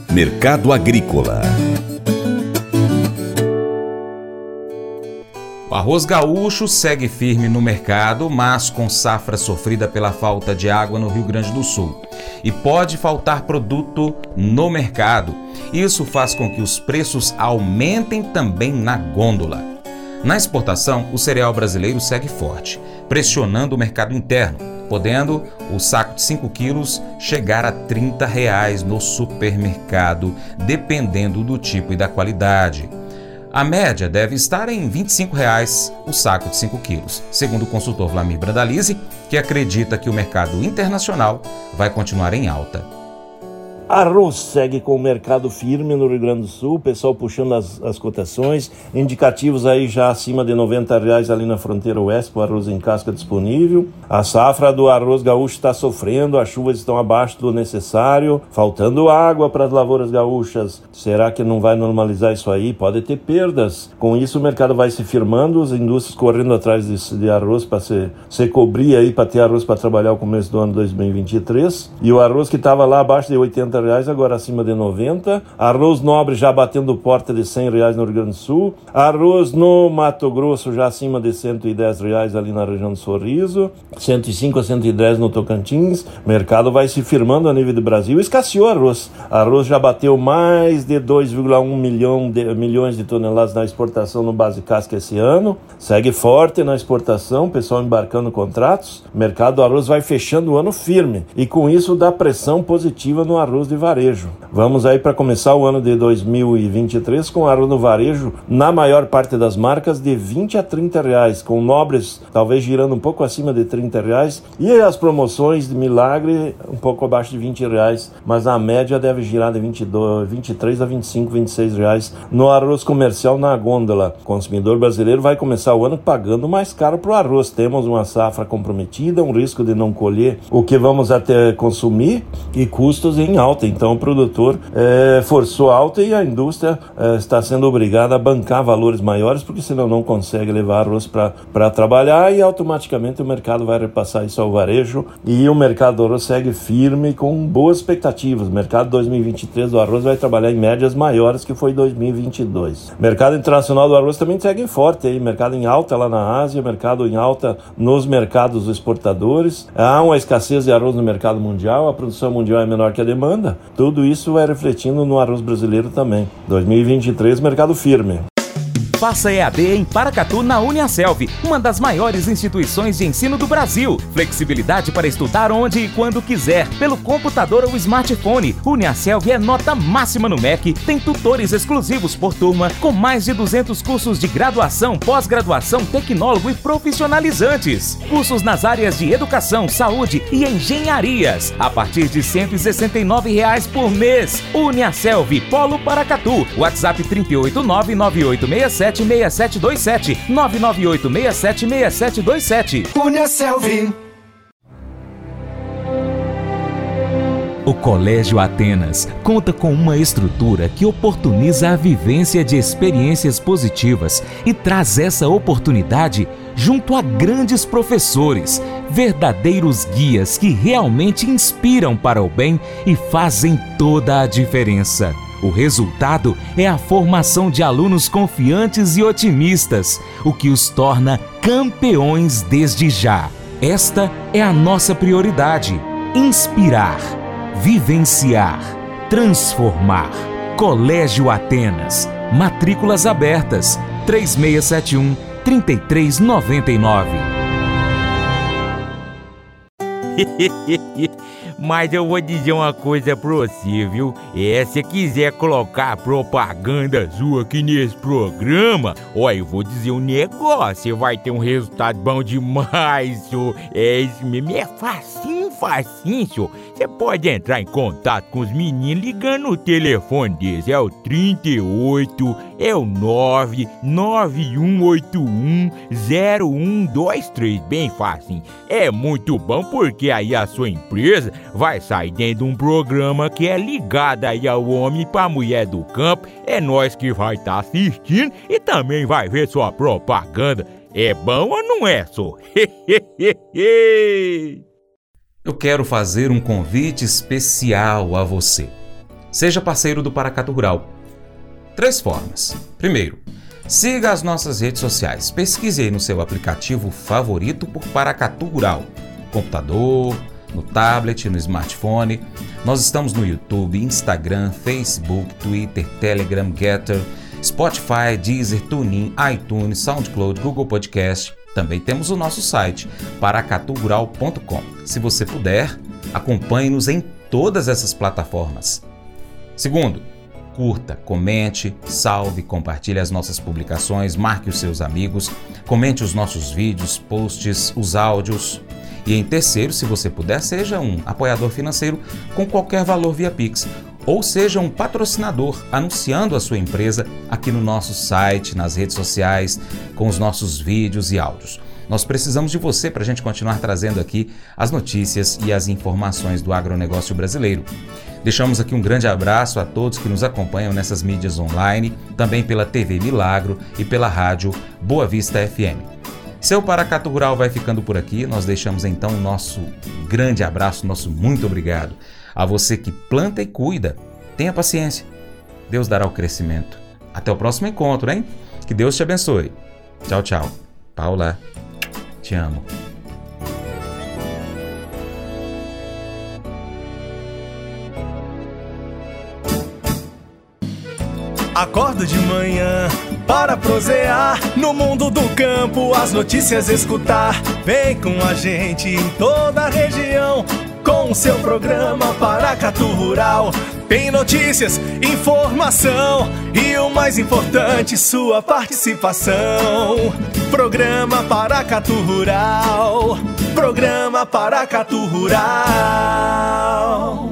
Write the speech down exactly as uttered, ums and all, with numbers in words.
Mercado Agrícola. O arroz gaúcho segue firme no mercado, mas com safra sofrida pela falta de água no Rio Grande do Sul. E pode faltar produto no mercado. Isso faz com que os preços aumentem também na gôndola. Na exportação, o cereal brasileiro segue forte, pressionando o mercado interno, podendo o saco de cinco quilos chegar a trinta reais no supermercado, dependendo do tipo e da qualidade. A média deve estar em vinte e cinco reais o saco de cinco quilos, segundo o consultor Vlamir Brandalize, que acredita que o mercado internacional vai continuar em alta. Arroz segue com o mercado firme no Rio Grande do Sul, o pessoal puxando as, as cotações, indicativos aí já acima de noventa reais ali na fronteira oeste, o arroz em casca disponível. A safra do arroz gaúcho está sofrendo, as chuvas estão abaixo do necessário, faltando água para as lavouras gaúchas. Será que não vai normalizar isso aí? Pode ter perdas. Com isso o mercado vai se firmando, as indústrias correndo atrás de, de arroz para se, se cobrir aí, para ter arroz para trabalhar o começo do ano dois mil e vinte e três. E o arroz que estava lá abaixo de oitenta reais, agora acima de noventa. Arroz nobre já batendo porta de cem reais no Rio Grande do Sul. Arroz no Mato Grosso já acima de cento e dez reais ali na região do Sorriso. cento e cinco a cento e dez no Tocantins. O mercado vai se firmando a nível do Brasil. Escasseou arroz. Arroz já bateu mais de dois vírgula um milhão de, milhões de toneladas na exportação no base casca esse ano. Segue forte na exportação, pessoal embarcando contratos. O mercado do arroz vai fechando o ano firme. E com isso dá pressão positiva no arroz de varejo. Vamos aí para começar o ano de dois mil e vinte e três com arroz no varejo, na maior parte das marcas, de vinte a trinta reais, com nobres talvez girando um pouco acima de trinta reais, e as promoções de milagre um pouco abaixo de vinte reais, mas a média deve girar de vinte e dois, vinte e três a vinte e cinco, vinte e seis reais no arroz comercial na gôndola. O consumidor brasileiro vai começar o ano pagando mais caro para o arroz. Temos uma safra comprometida, um risco de não colher o que vamos até consumir e custos em alta. Então o produtor é, forçou alta e a indústria é, está sendo obrigada a bancar valores maiores, porque senão não consegue levar arroz para trabalhar, e automaticamente o mercado vai repassar isso ao varejo, e o mercado do arroz segue firme com boas expectativas. O mercado dois mil e vinte e três do arroz vai trabalhar em médias maiores que foi dois mil e vinte e dois. O mercado internacional do arroz também segue forte, aí, mercado em alta lá na Ásia, mercado em alta nos mercados exportadores. Há uma escassez de arroz no mercado mundial, a produção mundial é menor que a demanda. Tudo isso vai refletindo no arroz brasileiro também. dois mil e vinte e três, mercado firme. Faça E A D em Paracatu na UniaSelv, uma das maiores instituições de ensino do Brasil. Flexibilidade para estudar onde e quando quiser, pelo computador ou smartphone. UniaSelv é nota máxima no M E C, tem tutores exclusivos por turma, com mais de duzentos cursos de graduação, pós-graduação, tecnólogo e profissionalizantes. Cursos nas áreas de educação, saúde e engenharias, a partir de cento e sessenta e nove reais por mês. UniaSelv, Polo Paracatu. WhatsApp trinta e oito, nove nove oito seis sete seis sete dois sete, nove nove oito seis sete seis sete dois sete. UniaSelv. O Colégio Atenas conta com uma estrutura que oportuniza a vivência de experiências positivas e traz essa oportunidade junto a grandes professores, verdadeiros guias que realmente inspiram para o bem e fazem toda a diferença. O resultado é a formação de alunos confiantes e otimistas, o que os torna campeões desde já. Esta é a nossa prioridade: inspirar, vivenciar, transformar. Colégio Atenas. Matrículas abertas. três seis sete um, três três nove nove. Mas eu vou dizer uma coisa pra você, viu? É, se quiser colocar propaganda sua aqui nesse programa, ó, eu vou dizer um negócio, você vai ter um resultado bom demais, senhor. É isso mesmo, é facinho, facinho, senhor. Você pode entrar em contato com os meninos ligando no telefone deles, é o trinta e oito, é o nove nove um oito um zero um dois três, bem facinho. É muito bom porque aí a sua empresa vai sair dentro de um programa que é ligado aí ao homem para a mulher do campo. É nós que vai estar tá assistindo e também vai ver sua propaganda. É bom ou não é, só? Eu quero fazer um convite especial a você. Seja parceiro do Paracatu Rural. Três formas. Primeiro, siga as nossas redes sociais. Pesquise aí no seu aplicativo favorito por Paracatu Rural. Computador, no tablet, no smartphone. Nós estamos no YouTube, Instagram, Facebook, Twitter, Telegram, Getter, Spotify, Deezer, TuneIn, iTunes, SoundCloud, Google Podcast. Também temos o nosso site, paracatu rural ponto com. Se você puder, acompanhe-nos em todas essas plataformas. Segundo, curta, comente, salve, compartilhe as nossas publicações, marque os seus amigos, comente os nossos vídeos, posts, os áudios. E em terceiro, se você puder, seja um apoiador financeiro com qualquer valor via Pix, ou seja um patrocinador anunciando a sua empresa aqui no nosso site, nas redes sociais, com os nossos vídeos e áudios. Nós precisamos de você para a gente continuar trazendo aqui as notícias e as informações do agronegócio brasileiro. Deixamos aqui um grande abraço a todos que nos acompanham nessas mídias online, também pela T V Milagro e pela rádio Boa Vista F M. Seu Paracatu Rural vai ficando por aqui. Nós deixamos então o nosso grande abraço, nosso muito obrigado a você que planta e cuida. Tenha paciência. Deus dará o crescimento. Até o próximo encontro, hein? Que Deus te abençoe. Tchau, tchau. Paula, te amo. Acordo de manhã para prosear no mundo do campo, as notícias escutar. Vem com a gente em toda a região com o seu programa Paracatu Rural. Tem notícias, informação e o mais importante, sua participação. Programa Paracatu Rural. Programa Paracatu Rural.